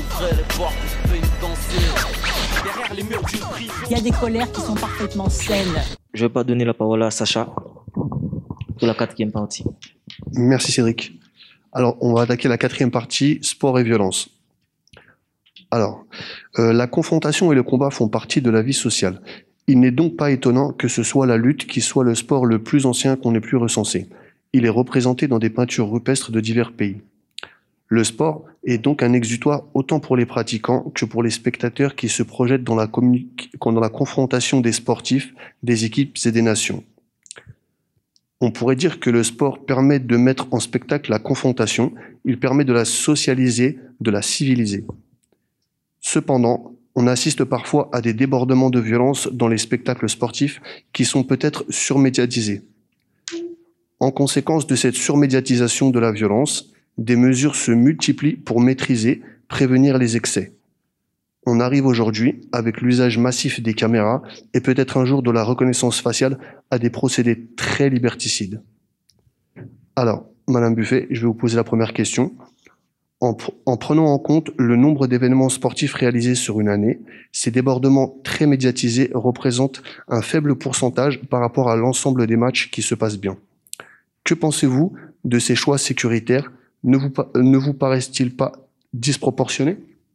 j'ouvrais les portes et je peux danser derrière les murs d'une prison. Il y a des colères qui sont parfaitement saines. Je vais pas donner la parole à Sacha pour la 4e partie. Merci Cédric. Alors, on va attaquer la 4e partie, sport et violence. Alors, la confrontation et le combat font partie de la vie sociale. Il n'est donc pas étonnant que ce soit la lutte qui soit le sport le plus ancien qu'on ait pu recenser. Il est représenté dans des peintures rupestres de divers pays. Le sport est donc un exutoire autant pour les pratiquants que pour les spectateurs qui se projettent dans la confrontation des sportifs, des équipes et des nations. On pourrait dire que le sport permet de mettre en spectacle la confrontation, il permet de la socialiser, de la civiliser. Cependant, on assiste parfois à des débordements de violence dans les spectacles sportifs qui sont peut-être surmédiatisés. En conséquence de cette surmédiatisation de la violence, des mesures se multiplient pour maîtriser, prévenir les excès. On arrive aujourd'hui, avec l'usage massif des caméras et peut-être un jour de la reconnaissance faciale, à des procédés très liberticides. Alors, Madame Buffet, je vais vous poser la première question. En prenant en compte le nombre d'événements sportifs réalisés sur une année, ces débordements très médiatisés représentent un faible pourcentage par rapport à l'ensemble des matchs qui se passent bien. Que pensez-vous de ces choix sécuritaires? Ne vous paraissent-ils pas disproportionnés?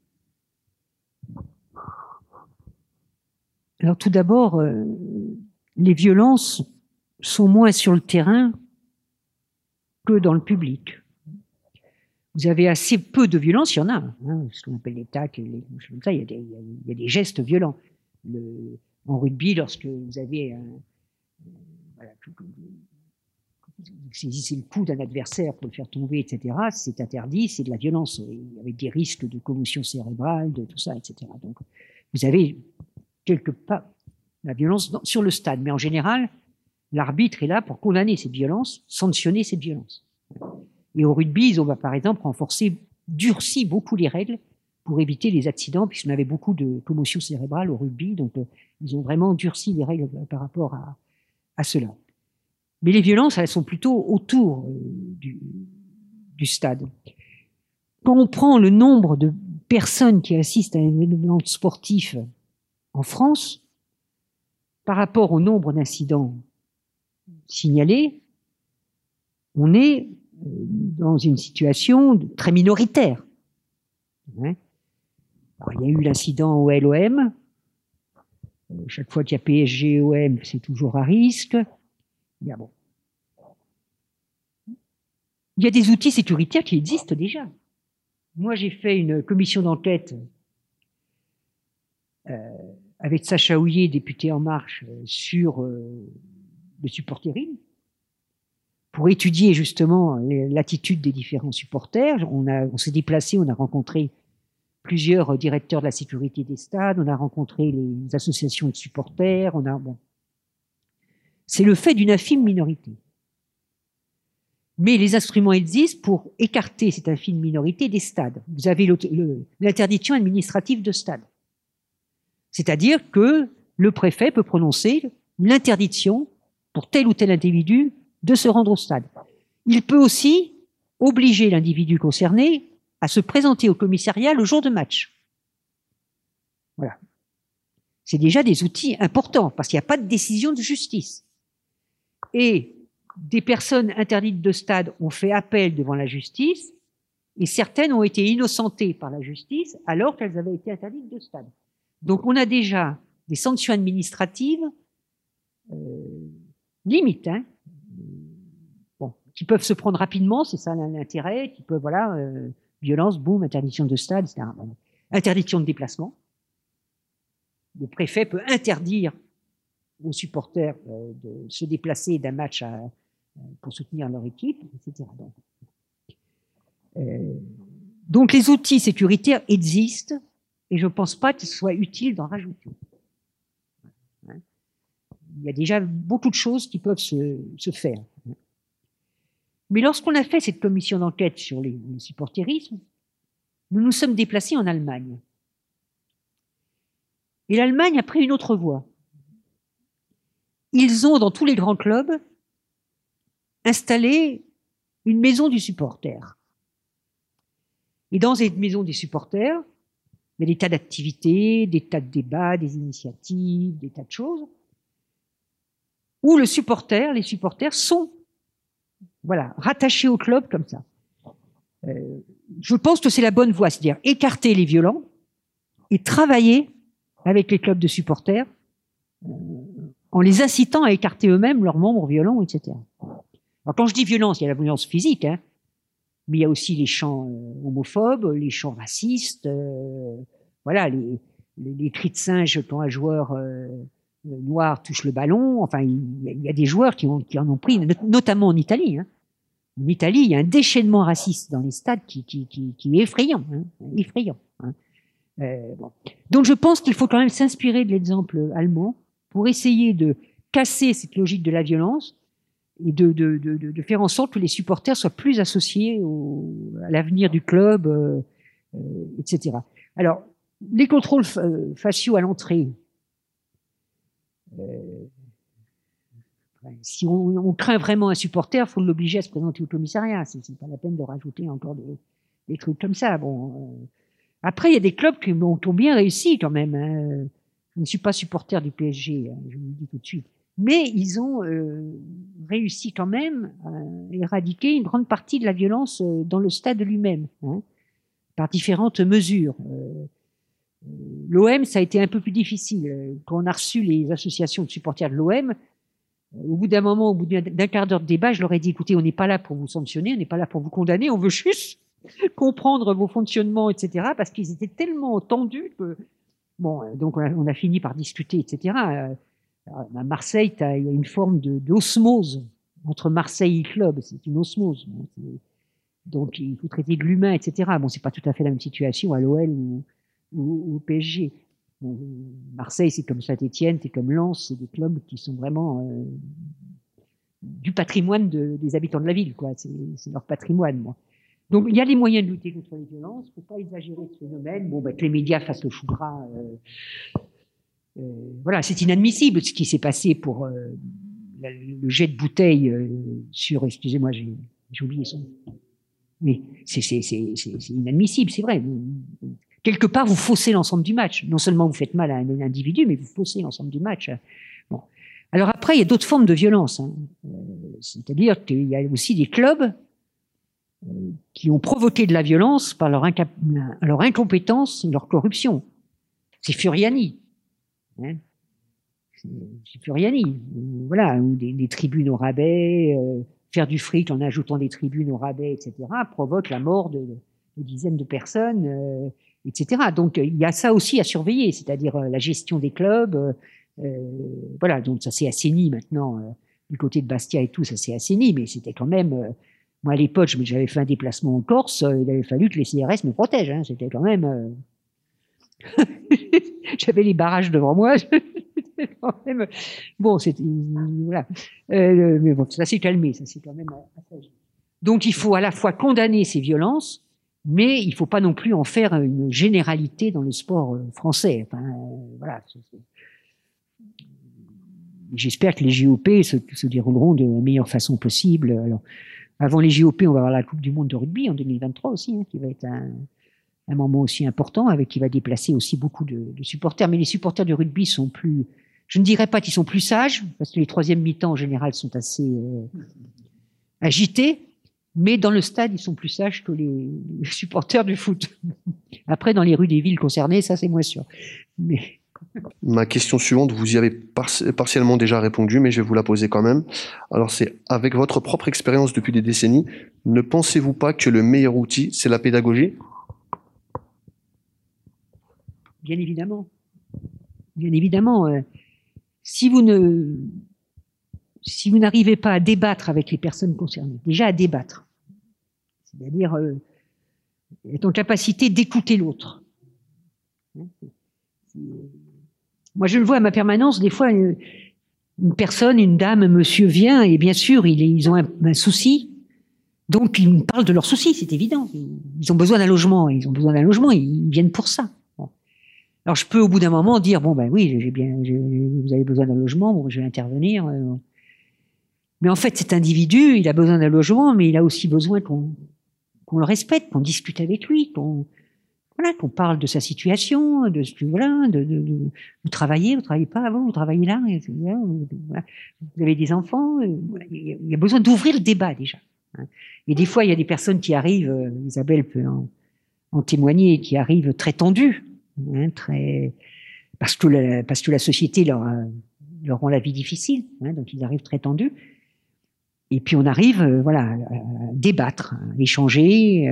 Alors tout d'abord, les violences sont moins sur le terrain que dans le public. Vous avez assez peu de violence, il y en a, hein, ce qu'on appelle les tacles, il y a des gestes violents. En rugby, lorsque vous avez vous saisissez le cou d'un adversaire pour le faire tomber, etc., c'est interdit, c'est de la violence, avec des risques de commotion cérébrale, de tout ça, etc. Donc vous avez quelque part la violence sur le stade, mais en général, l'arbitre est là pour condamner cette violence, sanctionner cette violence. Et au rugby, ils ont par exemple durci beaucoup les règles pour éviter les accidents, puisqu'on avait beaucoup de commotion cérébrale au rugby, donc ils ont vraiment durci les règles par rapport à cela. Mais les violences, elles sont plutôt autour du stade. Quand on prend le nombre de personnes qui assistent à un événement sportif en France, par rapport au nombre d'incidents signalés, on est dans une situation très minoritaire. Alors, il y a eu l'incident au LOM. Chaque fois qu'il y a PSG-OM, c'est toujours à risque. Il y a des outils sécuritaires qui existent déjà. Moi, j'ai fait une commission d'enquête avec Sacha Houillet, député En Marche, sur le supportérisme, pour étudier justement l'attitude des différents supporters. On s'est déplacé, on a rencontré plusieurs directeurs de la sécurité des stades, on a rencontré les associations de supporters, c'est le fait d'une infime minorité. Mais les instruments existent pour écarter cette infime minorité des stades. Vous avez l'interdiction administrative de stade. C'est-à-dire que le préfet peut prononcer l'interdiction pour tel ou tel individu de se rendre au stade. Il peut aussi obliger l'individu concerné à se présenter au commissariat le jour de match. Voilà. C'est déjà des outils importants, parce qu'il n'y a pas de décision de justice. Et des personnes interdites de stade ont fait appel devant la justice, et certaines ont été innocentées par la justice alors qu'elles avaient été interdites de stade. Donc on a déjà des sanctions administratives limites, qui peuvent se prendre rapidement, c'est ça l'intérêt, qui peuvent, violence, boum, interdiction de stade, etc. Interdiction de déplacement. Le préfet peut interdire aux supporters de se déplacer d'un match pour soutenir leur équipe, etc. Donc les outils sécuritaires existent et je ne pense pas qu'il soit utile d'en rajouter. Il y a déjà beaucoup de choses qui peuvent se faire. Mais lorsqu'on a fait cette commission d'enquête sur le supportérisme, nous nous sommes déplacés en Allemagne. Et l'Allemagne a pris une autre voie. Ils ont, dans tous les grands clubs, installé une maison du supporter. Et dans cette maison des supporters, Il y a des tas d'activités, des tas de débats, des initiatives, des tas de choses, où les supporters sont, voilà, rattachés au club comme ça. Je pense que c'est la bonne voie, c'est-à-dire écarter les violents et travailler avec les clubs de supporters en les incitant à écarter eux-mêmes leurs membres violents, etc. Alors quand je dis violence, il y a la violence physique, hein, mais il y a aussi les chants homophobes, les chants racistes, voilà, les cris de singe quand un joueur noir touche le ballon. Enfin, il y a des joueurs qui en ont pris, notamment en Italie. Hein. En Italie, il y a un déchaînement raciste dans les stades qui est effrayant, hein, effrayant. Hein. Bon. Donc, je pense qu'il faut quand même s'inspirer de l'exemple allemand pour essayer de casser cette logique de la violence et de faire en sorte que les supporters soient plus associés à l'avenir du club, etc. Alors, les contrôles faciaux à l'entrée, si on craint vraiment un supporter, il faut l'obliger à se présenter au commissariat. C'est pas la peine de rajouter encore des trucs comme ça. Bon, après, il y a des clubs qui ont bien réussi quand même. Hein. Je ne suis pas supporter du PSG, hein, je vous le dis tout de suite. Mais ils ont réussi quand même à éradiquer une grande partie de la violence dans le stade lui-même, hein, par différentes mesures. L'OM, ça a été un peu plus difficile. Quand on a reçu les associations de supporters de l'OM, au bout d'un moment, au bout d'un quart d'heure de débat, je leur ai dit, écoutez, on n'est pas là pour vous sanctionner, on n'est pas là pour vous condamner, on veut juste comprendre vos fonctionnements, etc., parce qu'ils étaient tellement tendus que... Bon, donc on a fini par discuter, etc. À Marseille, il y a une forme d'osmose entre Marseille et le club, c'est une osmose. Donc il faut traiter de l'humain, etc. Bon, c'est pas tout à fait la même situation à l'OL ou au PSG. Bon, Marseille, c'est comme Saint-Étienne, c'est comme Lens, c'est des clubs qui sont vraiment du patrimoine des habitants de la ville, quoi. C'est leur patrimoine, moi. Donc il y a les moyens de lutter contre les violences, il ne faut pas exagérer ce phénomène. Bon, que les médias fassent le chou gras, voilà, c'est inadmissible ce qui s'est passé pour le jet de bouteille sur, excusez-moi, j'ai oublié son nom. Oui, c'est inadmissible, c'est vrai. Quelque part, vous faussez l'ensemble du match. Non seulement vous faites mal à un individu, mais vous faussez l'ensemble du match. Bon. Alors après, il y a d'autres formes de violence. Hein. C'est-à-dire qu'il y a aussi des clubs qui ont provoqué de la violence par leur incompétence et leur corruption. C'est Furiani. Hein, c'est Furiani. Voilà, ou des tribunes au rabais, faire du fric en ajoutant des tribunes au rabais, etc., provoque la mort de dizaines de personnes, etc. Donc il y a ça aussi à surveiller, c'est-à-dire la gestion des clubs. Voilà, donc ça s'est assaini maintenant. Du côté de Bastia et tout, ça s'est assaini, mais c'était quand même... moi, à l'époque, j'avais fait un déplacement en Corse, il avait fallu que les CRS me protègent. Hein, c'était quand même... J'avais les barrages devant moi. Bon, c'était... Voilà. Mais bon, ça s'est calmé, ça s'est quand même... Donc, il faut à la fois condamner ces violences, mais il ne faut pas non plus en faire une généralité dans le sport français. Enfin, voilà. J'espère que les JOP se dérouleront de la meilleure façon possible. Alors, avant les JOP, on va avoir la Coupe du Monde de rugby en 2023 aussi, hein, qui va être un moment aussi important, qui va déplacer aussi beaucoup de supporters. Mais les supporters du rugby sont plus... Je ne dirais pas qu'ils sont plus sages, parce que les troisièmes mi-temps, en général, sont assez agités, mais dans le stade, ils sont plus sages que les supporters du foot. Après, dans les rues des villes concernées, ça, c'est moins sûr. Mais... Ma question suivante, vous y avez partiellement déjà répondu, mais je vais vous la poser quand même. Alors c'est, avec votre propre expérience depuis des décennies, ne pensez-vous pas que le meilleur outil, c'est la pédagogie ? Bien évidemment. Bien évidemment. Si vous n'arrivez pas à débattre avec les personnes concernées, déjà à débattre, c'est-à-dire être en capacité d'écouter l'autre. Moi, je le vois à ma permanence, des fois, une personne, une dame, un monsieur vient, et bien sûr, ils ont un souci, donc ils me parlent de leur souci, c'est évident. Ils ont besoin d'un logement, ils viennent pour ça. Bon. Alors, je peux, au bout d'un moment, dire, bon, ben oui, vous avez besoin d'un logement, bon, je vais intervenir. Mais en fait, cet individu, il a besoin d'un logement, mais il a aussi besoin qu'on le respecte, qu'on discute avec lui, qu'on voilà, qu'on parle de sa situation, de ce que voilà, vous travaillez pas, vous travaillez là, et voilà, vous avez des enfants, voilà, il y a besoin d'ouvrir le débat déjà. Hein. Et des fois, il y a des personnes qui arrivent, Isabelle peut en témoigner, qui arrivent très tendues, hein, parce que la société leur rend la vie difficile, hein, donc ils arrivent très tendus. Et puis on arrive, voilà, à débattre, à échanger.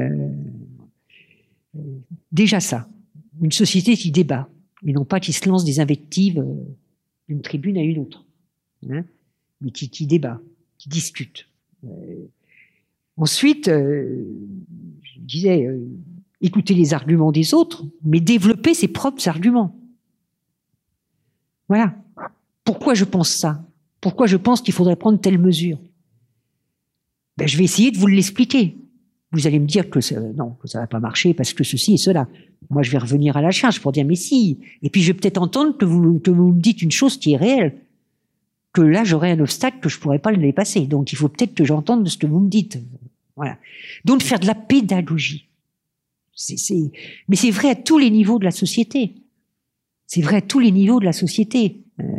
Déjà ça, une société qui débat, et non pas qui se lance des invectives d'une tribune à une autre, hein, mais qui débat, qui discute. Ensuite, je disais, écouter les arguments des autres, mais développer ses propres arguments. Voilà. Pourquoi je pense ça? Pourquoi je pense qu'il faudrait prendre telle mesure? Ben, je vais essayer de vous l'expliquer. Vous allez me dire que ça va pas marcher parce que ceci et cela. Moi, je vais revenir à la charge pour dire mais si. Et puis, je vais peut-être entendre que vous me dites une chose qui est réelle. Que là, j'aurai un obstacle que je pourrais pas le dépasser. Donc, il faut peut-être que j'entende de ce que vous me dites. Voilà. Donc, faire de la pédagogie. Mais c'est vrai à tous les niveaux de la société. C'est vrai à tous les niveaux de la société.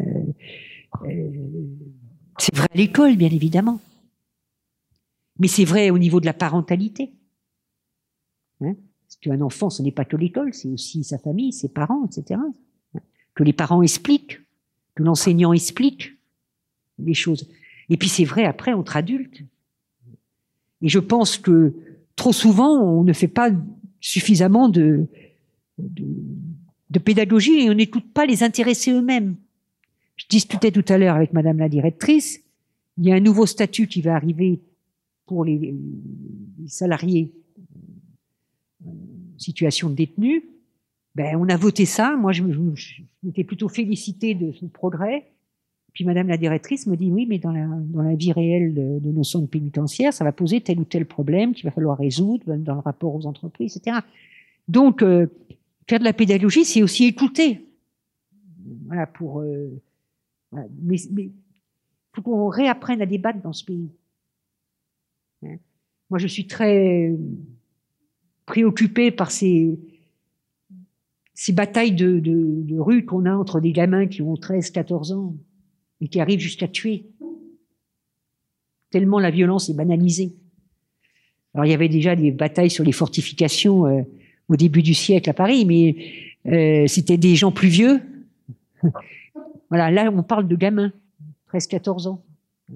C'est vrai à l'école, bien évidemment. Mais c'est vrai au niveau de la parentalité. Hein? Parce qu'un enfant, ce n'est pas que l'école, c'est aussi sa famille, ses parents, etc. Que les parents expliquent, que l'enseignant explique les choses. Et puis c'est vrai après entre adultes. Et je pense que trop souvent, on ne fait pas suffisamment de pédagogie et on n'écoute pas les intéressés eux-mêmes. Je discutais tout à l'heure avec Madame la directrice, il y a un nouveau statut qui va arriver pour les salariés en situation de détenus. Ben, on a voté ça. Moi, je m'étais plutôt félicitée de ce progrès. Puis Madame la directrice me dit oui, mais dans la vie réelle de nos centres pénitentiaires, ça va poser tel ou tel problème qu'il va falloir résoudre dans le rapport aux entreprises, etc. Donc, faire de la pédagogie, c'est aussi écouter. Voilà, voilà. Mais faut qu'on réapprenne à débattre dans ce pays. Hein? Moi, je suis très préoccupée par ces batailles de rue qu'on a entre des gamins qui ont 13, 14 ans et qui arrivent jusqu'à tuer. Tellement la violence est banalisée. Alors, il y avait déjà des batailles sur les fortifications au début du siècle à Paris, mais c'était des gens plus vieux. Voilà, là, on parle de gamins, 13, 14 ans.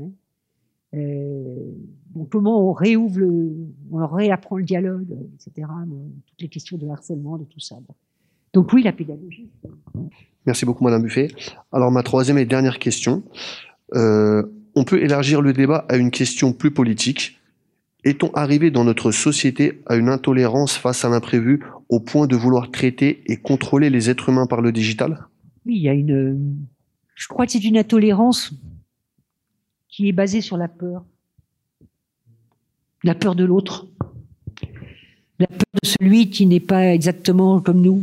Donc, comment on leur réapprend le dialogue, etc. Toutes les questions de harcèlement, de tout ça. Donc oui, la pédagogie. Merci beaucoup, Madame Buffet. Alors, ma troisième et dernière question. On peut élargir le débat à une question plus politique. Est-on arrivé dans notre société à une intolérance face à l'imprévu au point de vouloir traiter et contrôler les êtres humains par le digital? Oui, il y a je crois que c'est une intolérance qui est basée sur la peur. La peur de l'autre. La peur de celui qui n'est pas exactement comme nous.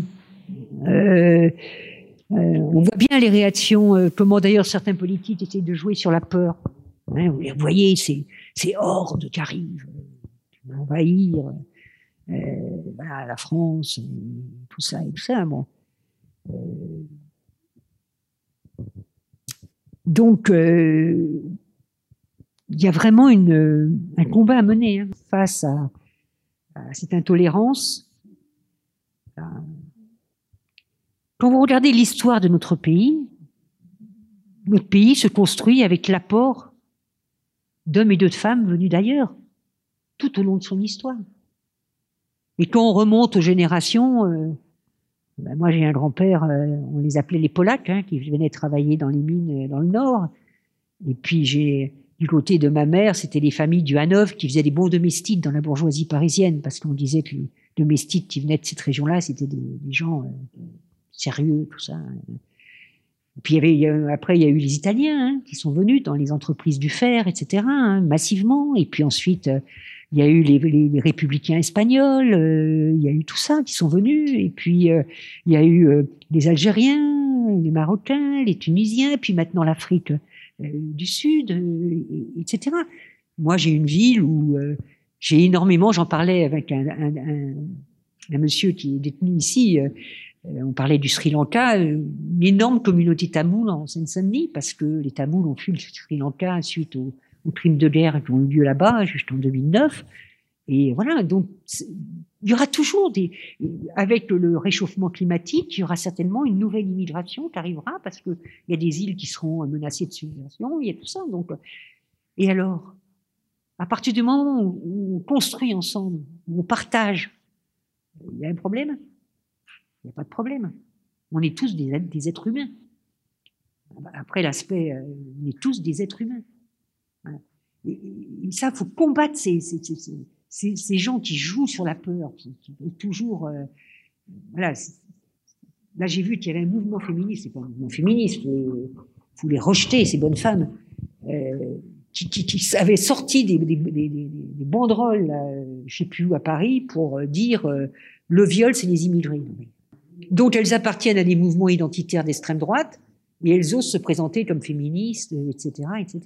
On voit bien les réactions, comment d'ailleurs certains politiques essaient de jouer sur la peur. Hein, vous voyez, ces hordes qui arrivent, qui vont envahir voilà, la France, tout ça et tout ça. Bon. Donc, il y a vraiment un combat à mener hein, face à cette intolérance. Quand vous regardez l'histoire de notre pays se construit avec l'apport d'hommes et de femmes venus d'ailleurs, tout au long de son histoire. Et quand on remonte aux générations, moi j'ai un grand-père, on les appelait les Polacs, hein, qui venaient travailler dans les mines dans le Nord. Et puis du côté de ma mère, c'était les familles du Hanovre qui faisaient des bons domestiques dans la bourgeoisie parisienne, parce qu'on disait que les domestiques qui venaient de cette région-là, c'était des gens sérieux, tout ça. Et puis après, il y a eu les Italiens hein, qui sont venus dans les entreprises du fer, etc., hein, massivement. Et puis ensuite, il y a eu les républicains espagnols, il y a eu tout ça qui sont venus. Et puis, il y a eu les Algériens, les Marocains, les Tunisiens, puis maintenant l'Afrique du Sud, etc. Moi, j'ai une ville où j'ai énormément, j'en parlais avec un un monsieur qui est détenu ici, on parlait du Sri Lanka, une énorme communauté tamoule en Seine-Saint-Denis, parce que les Tamouls ont fui le Sri Lanka suite aux crimes de guerre qui ont eu lieu là-bas, juste en 2009. Et voilà, donc il y aura toujours avec le réchauffement climatique, il y aura certainement une nouvelle immigration qui arrivera, parce qu'il y a des îles qui seront menacées de submersion, il y a tout ça. Donc, et alors, à partir du moment où on construit ensemble, où on partage, il y a un problème? Il n'y a pas de problème. On est tous des êtres humains. Après l'aspect, on est tous des êtres humains. Et ça, il faut combattre ces gens qui jouent sur la peur, qui veulent toujours... voilà. Là, j'ai vu qu'il y avait un mouvement féministe. C'est pas un mouvement féministe. Il faut les rejeter, ces bonnes femmes, qui avaient sorti des banderoles, je ne sais plus où, à Paris, pour dire le viol, c'est les immigrés. Donc, elles appartiennent à des mouvements identitaires d'extrême droite, et elles osent se présenter comme féministes, etc., etc.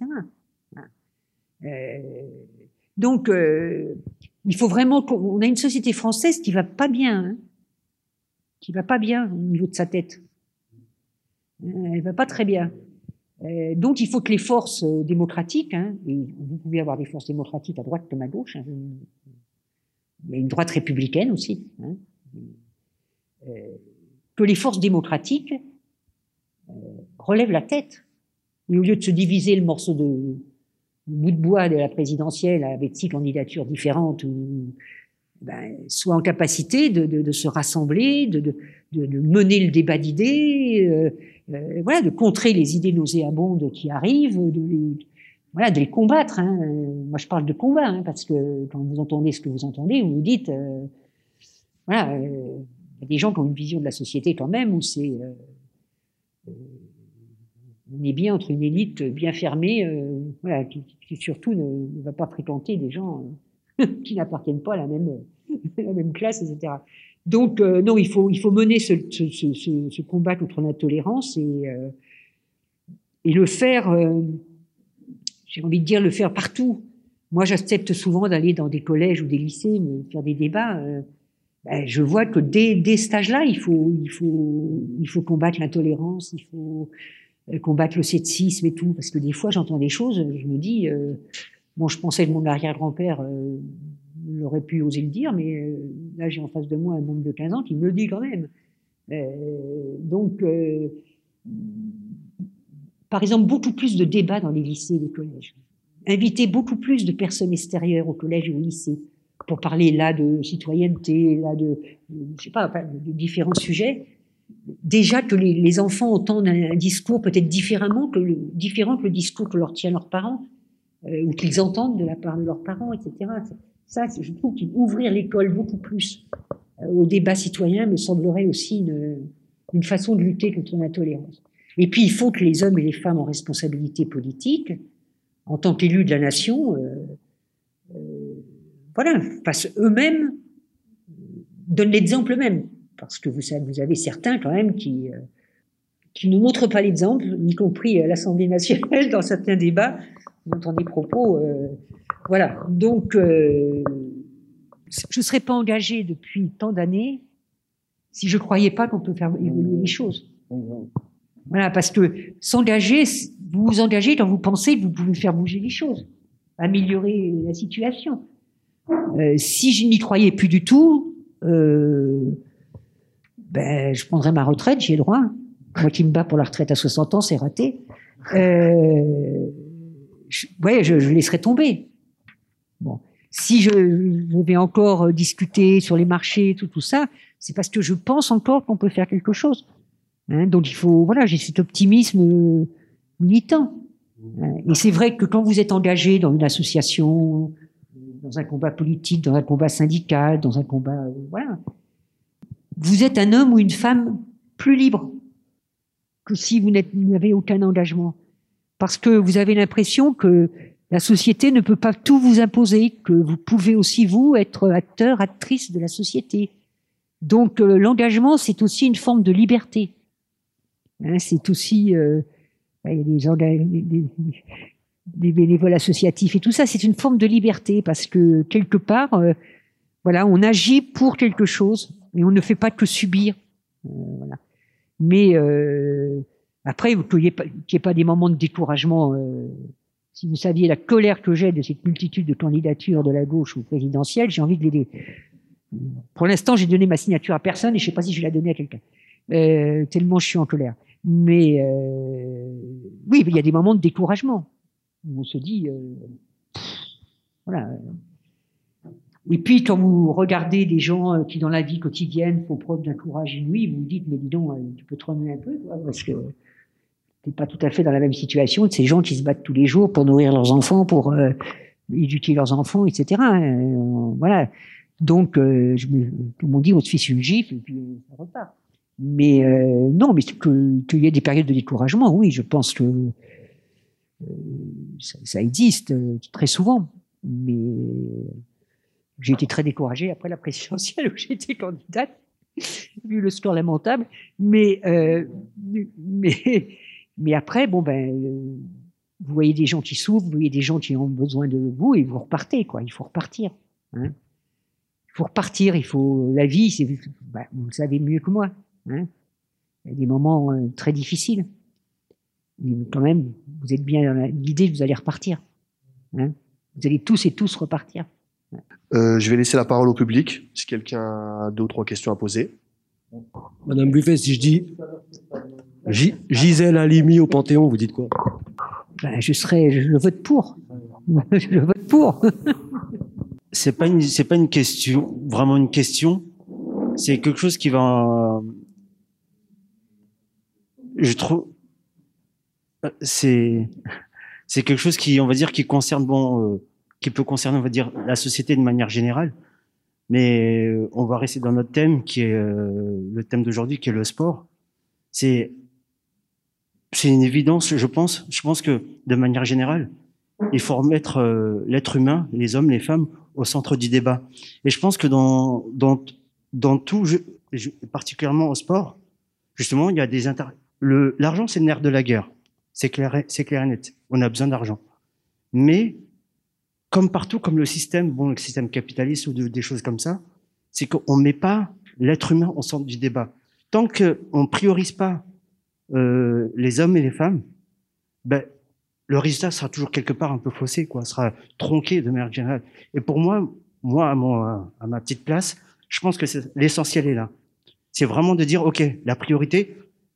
Donc, il faut vraiment qu'on a une société française qui va pas bien, qui va pas bien au niveau de sa tête. Elle va pas très bien. Donc, il faut que les forces démocratiques, et vous pouvez avoir des forces démocratiques à droite comme à gauche, il y a une droite républicaine aussi, que les forces démocratiques relèvent la tête. Et au lieu de se diviser le morceau de bout de bois de la présidentielle avec 6 candidatures différentes, soit en capacité de se rassembler, de mener le débat d'idées, voilà, de contrer les idées nauséabondes qui arrivent, de les combattre. Moi, je parle de combat, parce que quand vous entendez ce que vous entendez, vous vous dites, voilà, il y a des gens qui ont une vision de la société quand même où c'est on est bien entre une élite bien fermée, voilà, qui surtout ne va pas fréquenter des gens qui n'appartiennent pas à la même classe, etc. Donc, non, il faut mener ce combat contre l'intolérance et le faire, j'ai envie de dire, le faire partout. Moi, j'accepte souvent d'aller dans des collèges ou des lycées, me faire des débats. Je vois que dès ce âge-là, il faut combattre l'intolérance, il faut combattre le sexisme et tout, parce que des fois, j'entends des choses, je me dis, bon, je pensais que mon arrière-grand-père aurait pu oser le dire, mais là, j'ai en face de moi un homme de 15 ans qui me le dit quand même. Donc, par exemple, beaucoup plus de débats dans les lycées et les collèges. Inviter beaucoup plus de personnes extérieures au collège et au lycée pour parler là de citoyenneté, là je sais pas, de différents sujets. Déjà que les enfants entendent un discours peut-être différent que le discours que leur tiennent leurs parents, ou qu'ils entendent de la part de leurs parents, etc. Ça, je trouve qu'ouvrir l'école beaucoup plus au débat citoyen me semblerait aussi une façon de lutter contre l'intolérance. Et puis, il faut que les hommes et les femmes en responsabilité politique, en tant qu'élus de la nation, voilà, fassent eux-mêmes, donnent l'exemple eux-mêmes. Parce que vous avez certains quand même qui ne montrent pas l'exemple, y compris à l'Assemblée nationale dans certains débats, on entend des propos, voilà. Donc, je ne serais pas engagée depuis tant d'années si je ne croyais pas qu'on peut faire évoluer les choses. Voilà, parce que s'engager, vous vous engagez quand vous pensez que vous pouvez faire bouger les choses, améliorer la situation. Si je n'y croyais plus du tout, je prendrais ma retraite, j'y ai droit. Moi qui me bats pour la retraite à 60 ans, c'est raté. Je laisserai tomber. Bon. Si je vais encore discuter sur les marchés, tout ça, c'est parce que je pense encore qu'on peut faire quelque chose. Donc il faut, voilà, j'ai cet optimisme militant. Et c'est vrai que quand vous êtes engagé dans une association, dans un combat politique, dans un combat syndical, dans un combat, voilà, vous êtes un homme ou une femme plus libre que si vous n'avez aucun engagement. Parce que vous avez l'impression que la société ne peut pas tout vous imposer, que vous pouvez aussi, vous, être acteur, actrice de la société. Donc, l'engagement, c'est aussi une forme de liberté. C'est aussi... il y a des bénévoles associatifs et tout ça, c'est une forme de liberté parce que, quelque part, voilà, on agit pour quelque chose et on ne fait pas que subir. Voilà. Mais après, qu'il n'y ait pas des moments de découragement. Si vous saviez la colère que j'ai de cette multitude de candidatures de la gauche ou présidentielle, j'ai envie de l'aider. Pour l'instant, j'ai donné ma signature à personne et je ne sais pas si je vais la donner à quelqu'un. Tellement je suis en colère. Mais oui, il y a des moments de découragement où on se dit, voilà. Et puis, quand vous regardez des gens qui, dans la vie quotidienne, font preuve d'un courage inouï, vous vous dites, mais dis donc, tu peux te remuer un peu, quoi, parce que t'es pas tout à fait dans la même situation de ces gens qui se battent tous les jours pour nourrir leurs enfants, pour éduquer leurs enfants, etc. Voilà. Donc, tout le monde dit, on te fisse une gifle, et puis ça repart. Mais non, mais qu'il y ait des périodes de découragement, oui, je pense que ça existe très souvent. Mais j'ai été très découragé après la présidentielle où j'ai été candidate, vu le score lamentable. Mais après, bon vous voyez des gens qui souffrent, vous voyez des gens qui ont besoin de vous et vous repartez, quoi. Il faut repartir. Hein. Il faut repartir. La vie, vous le savez mieux que moi. Hein. Il y a des moments très difficiles. Mais quand même, vous êtes bien dans l'idée que vous allez repartir. Hein. Vous allez tous et tous repartir. Je vais laisser la parole au public, si quelqu'un a 2 ou 3 questions à poser. Madame Buffet, si je dis Gisèle Halimi au Panthéon, vous dites quoi? Je vote pour. Je vote pour. C'est pas une question, vraiment une question. C'est quelque chose qui va, je trouve, c'est quelque chose qui, on va dire, qui concerne, qui peut concerner, on va dire, la société de manière générale. Mais on va rester dans notre thème, qui est le thème d'aujourd'hui, qui est le sport. C'est une évidence, je pense. Je pense que, de manière générale, il faut remettre l'être humain, les hommes, les femmes, au centre du débat. Et je pense que dans tout, particulièrement au sport, justement, il y a des l'argent, c'est le nerf de la guerre. C'est clair et net. On a besoin d'argent. Mais, comme partout, comme le système capitaliste ou des choses comme ça, c'est qu'on ne met pas l'être humain au centre du débat. Tant qu'on ne priorise pas les hommes et les femmes, le résultat sera toujours quelque part un peu faussé, quoi, sera tronqué de manière générale. Et pour moi, à ma petite place, je pense que l'essentiel est là. C'est vraiment de dire, ok, la priorité,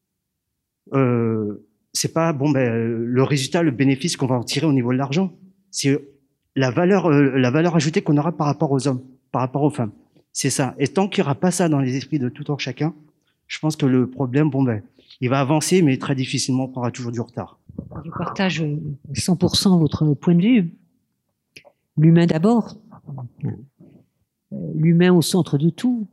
c'est pas le résultat, le bénéfice qu'on va en tirer au niveau de l'argent. C'est la valeur ajoutée qu'on aura par rapport aux hommes, par rapport aux femmes. C'est ça. Et tant qu'il n'y aura pas ça dans les esprits de tout un chacun, je pense que le problème, il va avancer, mais très difficilement, on prendra toujours du retard. Je partage 100% votre point de vue. L'humain d'abord. L'humain au centre de tout.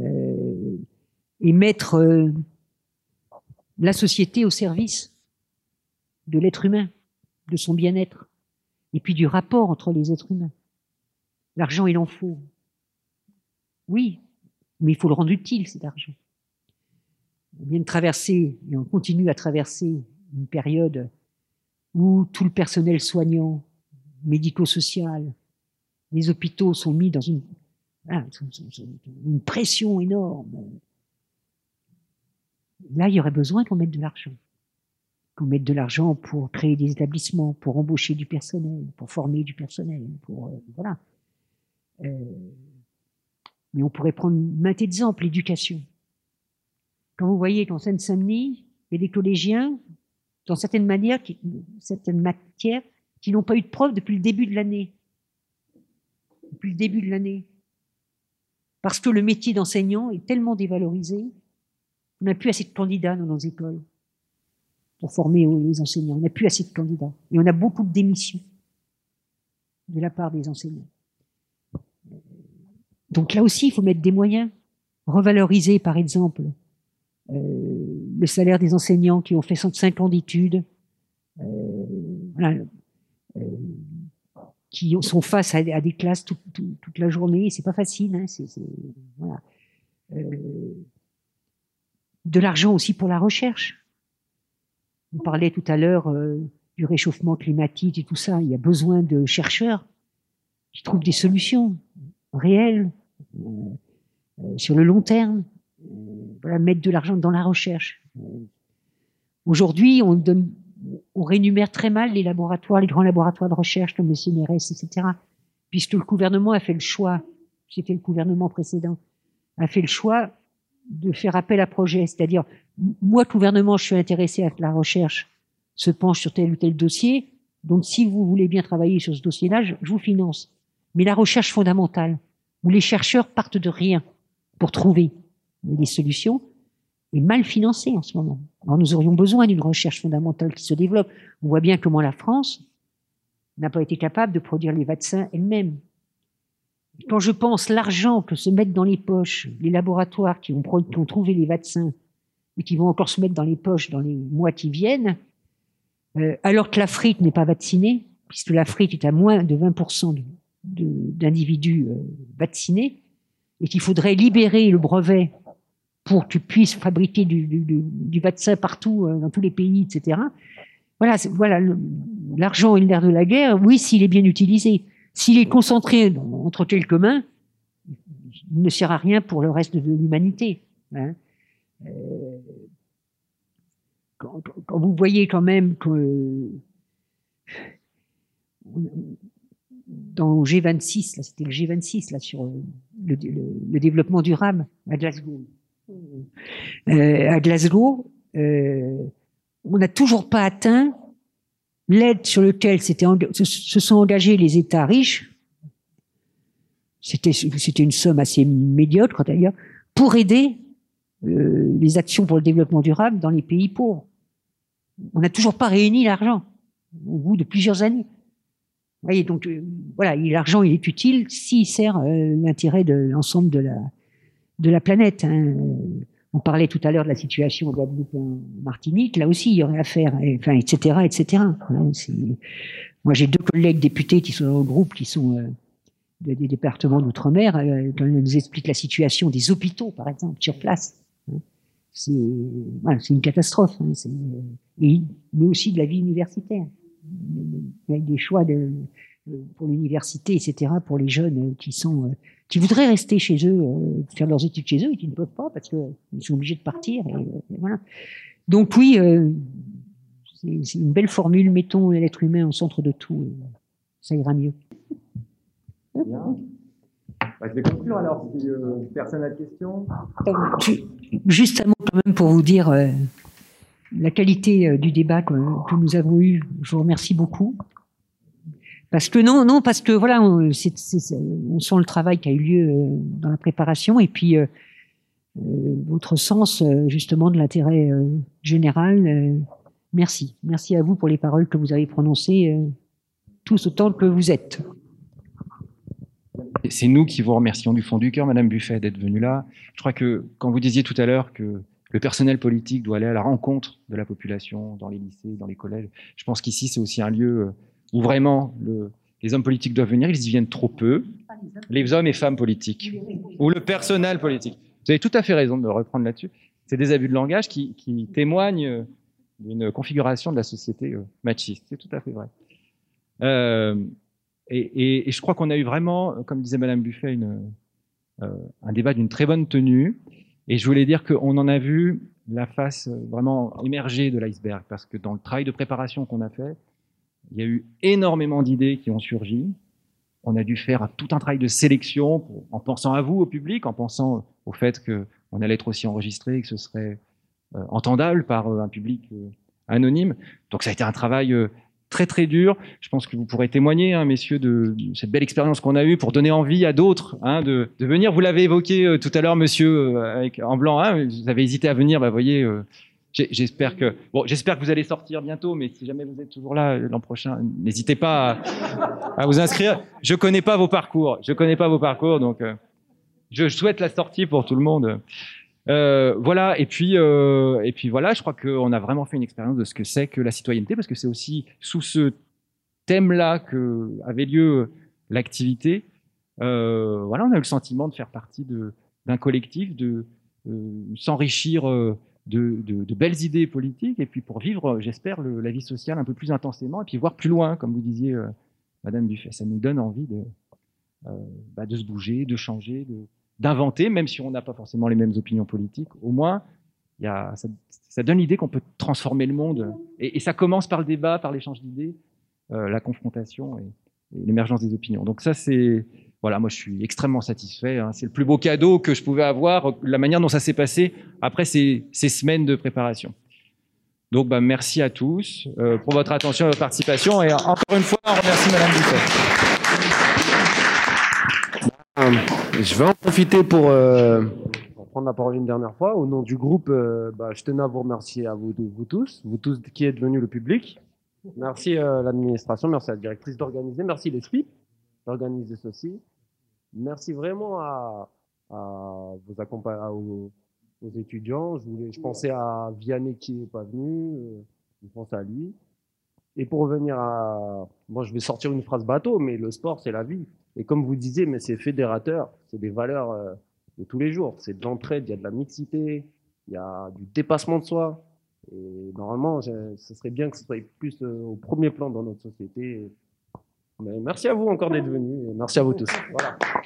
Et mettre la société au service de l'être humain, de son bien-être, et puis du rapport entre les êtres humains. L'argent, il en faut. Oui, mais il faut le rendre utile, cet argent. On vient de traverser, et on continue à traverser, une période où tout le personnel soignant, médico-social, les hôpitaux sont mis dans une pression énorme. Là, il y aurait besoin qu'on mette de l'argent. Qu'on mette de l'argent pour créer des établissements, pour embaucher du personnel, pour former du personnel, voilà. Mais on pourrait prendre maintes exemples, l'éducation. Quand vous voyez qu'en Seine-Saint-Denis, il y a des collégiens, dans certaines matières, qui n'ont pas eu de preuve depuis le début de l'année. Depuis le début de l'année. Parce que le métier d'enseignant est tellement dévalorisé, on n'a plus assez de candidats dans nos écoles pour former les enseignants. On n'a plus assez de candidats. Et on a beaucoup de démissions de la part des enseignants. Donc là aussi, il faut mettre des moyens. Revaloriser, par exemple, le salaire des enseignants qui ont fait 5 ans d'études, qui sont face à des classes toute la journée. C'est pas facile. Hein, voilà. De l'argent aussi pour la recherche. On parlait tout à l'heure du réchauffement climatique et tout ça. Il y a besoin de chercheurs qui trouvent des solutions réelles sur le long terme, voilà, mettre de l'argent dans la recherche. Aujourd'hui, on rémunère très mal les laboratoires, les grands laboratoires de recherche comme le CNRS, etc. Puisque le gouvernement a fait le choix, c'était le gouvernement précédent, a fait le choix de faire appel à projet. C'est-à-dire, moi, gouvernement, je suis intéressé à la recherche, se penche sur tel ou tel dossier. Donc, si vous voulez bien travailler sur ce dossier-là, je vous finance. Mais la recherche fondamentale, où les chercheurs partent de rien pour trouver des solutions, est mal financée en ce moment. Alors, nous aurions besoin d'une recherche fondamentale qui se développe. On voit bien comment la France n'a pas été capable de produire les vaccins elle-même. Quand je pense l'argent que se mettent dans les poches les laboratoires qui ont trouvé les vaccins et qui vont encore se mettre dans les poches dans les mois qui viennent, alors que l'Afrique n'est pas vaccinée, puisque l'Afrique est à moins de 20% d'individus vaccinés, et qu'il faudrait libérer le brevet pour que tu puisses fabriquer du vaccin partout, dans tous les pays, etc. Voilà, l'argent est le nerf de la guerre, oui, s'il est bien utilisé. S'il est concentré entre quelques mains, il ne sert à rien pour le reste de l'humanité. Hein. Quand vous voyez quand même que dans G26, là, c'était le G26 là, sur le développement durable à Glasgow. On n'a toujours pas atteint l'aide sur laquelle se sont engagés les États riches. C'était une somme assez médiocre d'ailleurs, pour aider les actions pour le développement durable dans les pays pauvres. On n'a toujours pas réuni l'argent au bout de plusieurs années. Vous voyez, donc voilà, l'argent il est utile s'il sert l'intérêt de l'ensemble de la planète. Hein. On parlait tout à l'heure de la situation en Guadeloupe et en Martinique. Là aussi, il y aurait à faire, enfin, etc., etc. Moi, j'ai 2 collègues députés qui sont dans le groupe, qui sont des départements d'outre-mer, quand ils nous expliquent la situation des hôpitaux, par exemple, sur place. C'est une catastrophe. Hein. Mais aussi de la vie universitaire. Avec des choix pour l'université, etc., pour les jeunes qui voudraient rester chez eux, faire leurs études chez eux, et qui ne peuvent pas parce qu'ils sont obligés de partir. Et voilà. Donc oui, c'est une belle formule. Mettons l'être humain au centre de tout. Et ça ira mieux. Bien. Je vais conclure alors, si personne n'a de questions. Juste un mot quand même pour vous dire la qualité du débat que nous avons eu. Je vous remercie beaucoup. Parce que voilà, on sent le travail qui a eu lieu dans la préparation et puis votre sens justement de l'intérêt général. Merci. Merci à vous pour les paroles que vous avez prononcées, tous autant que vous êtes. C'est nous qui vous remercions du fond du cœur, Madame Buffet, d'être venue là. Je crois que quand vous disiez tout à l'heure que le personnel politique doit aller à la rencontre de la population dans les lycées, dans les collèges, je pense qu'ici c'est aussi un lieu où vraiment les hommes politiques doivent venir. Ils y viennent trop peu, les hommes et femmes politiques, ou le personnel politique. Vous avez tout à fait raison de me reprendre là-dessus. C'est des abus de langage qui témoignent d'une configuration de la société machiste. C'est tout à fait vrai. Et je crois qu'on a eu vraiment, comme disait Madame Buffet, un débat d'une très bonne tenue. Et je voulais dire qu'on en a vu la face vraiment émerger de l'iceberg, parce que dans le travail de préparation qu'on a fait, il y a eu énormément d'idées qui ont surgi. On a dû faire tout un travail de sélection en pensant à vous, au public, en pensant au fait qu'on allait être aussi enregistré et que ce serait entendable par un public anonyme. Donc ça a été un travail très très dur. Je pense que vous pourrez témoigner, hein, messieurs, de cette belle expérience qu'on a eue pour donner envie à d'autres de venir. Vous l'avez évoqué tout à l'heure, monsieur, en blanc. Hein, vous avez hésité à venir, voyez. J'espère que vous allez sortir bientôt, mais si jamais vous êtes toujours là l'an prochain, n'hésitez pas à vous inscrire. Je connais pas vos parcours, donc je souhaite la sortie pour tout le monde. Voilà, et puis voilà, je crois qu'on a vraiment fait une expérience de ce que c'est que la citoyenneté, parce que c'est aussi sous ce thème-là que avait lieu l'activité. Voilà, on a eu le sentiment de faire partie d'un collectif, de s'enrichir de belles idées politiques, et puis pour vivre, j'espère, la vie sociale un peu plus intensément, et puis voir plus loin, comme vous disiez, Madame Buffet. Ça nous donne envie de se bouger, de changer, d'inventer, même si on n'a pas forcément les mêmes opinions politiques. Au moins, ça donne l'idée qu'on peut transformer le monde. Et ça commence par le débat, par l'échange d'idées, la confrontation et l'émergence des opinions. Donc ça, c'est... Voilà, moi je suis extrêmement satisfait. Hein. C'est le plus beau cadeau que je pouvais avoir, la manière dont ça s'est passé après ces semaines de préparation. Donc merci à tous pour votre attention et votre participation. Et encore une fois, on remercie Madame Buffet. Je vais en profiter pour prendre la parole une dernière fois. Au nom du groupe, je tenais à vous remercier à vous tous qui êtes venus, le public. Merci l'administration, merci à la directrice d'organiser, merci les SPIP d'organiser ceci. Merci vraiment aux étudiants. Je pensais à Vianney qui n'est pas venu, je pense à lui. Et pour revenir moi je vais sortir une phrase bateau, mais le sport c'est la vie. Et comme vous disiez, mais c'est fédérateur, c'est des valeurs de tous les jours. C'est de l'entraide, il y a de la mixité, il y a du dépassement de soi. Et normalement, ce serait bien que ce soit plus au premier plan dans notre société. Mais merci à vous encore d'être venus et merci à vous tous. Voilà.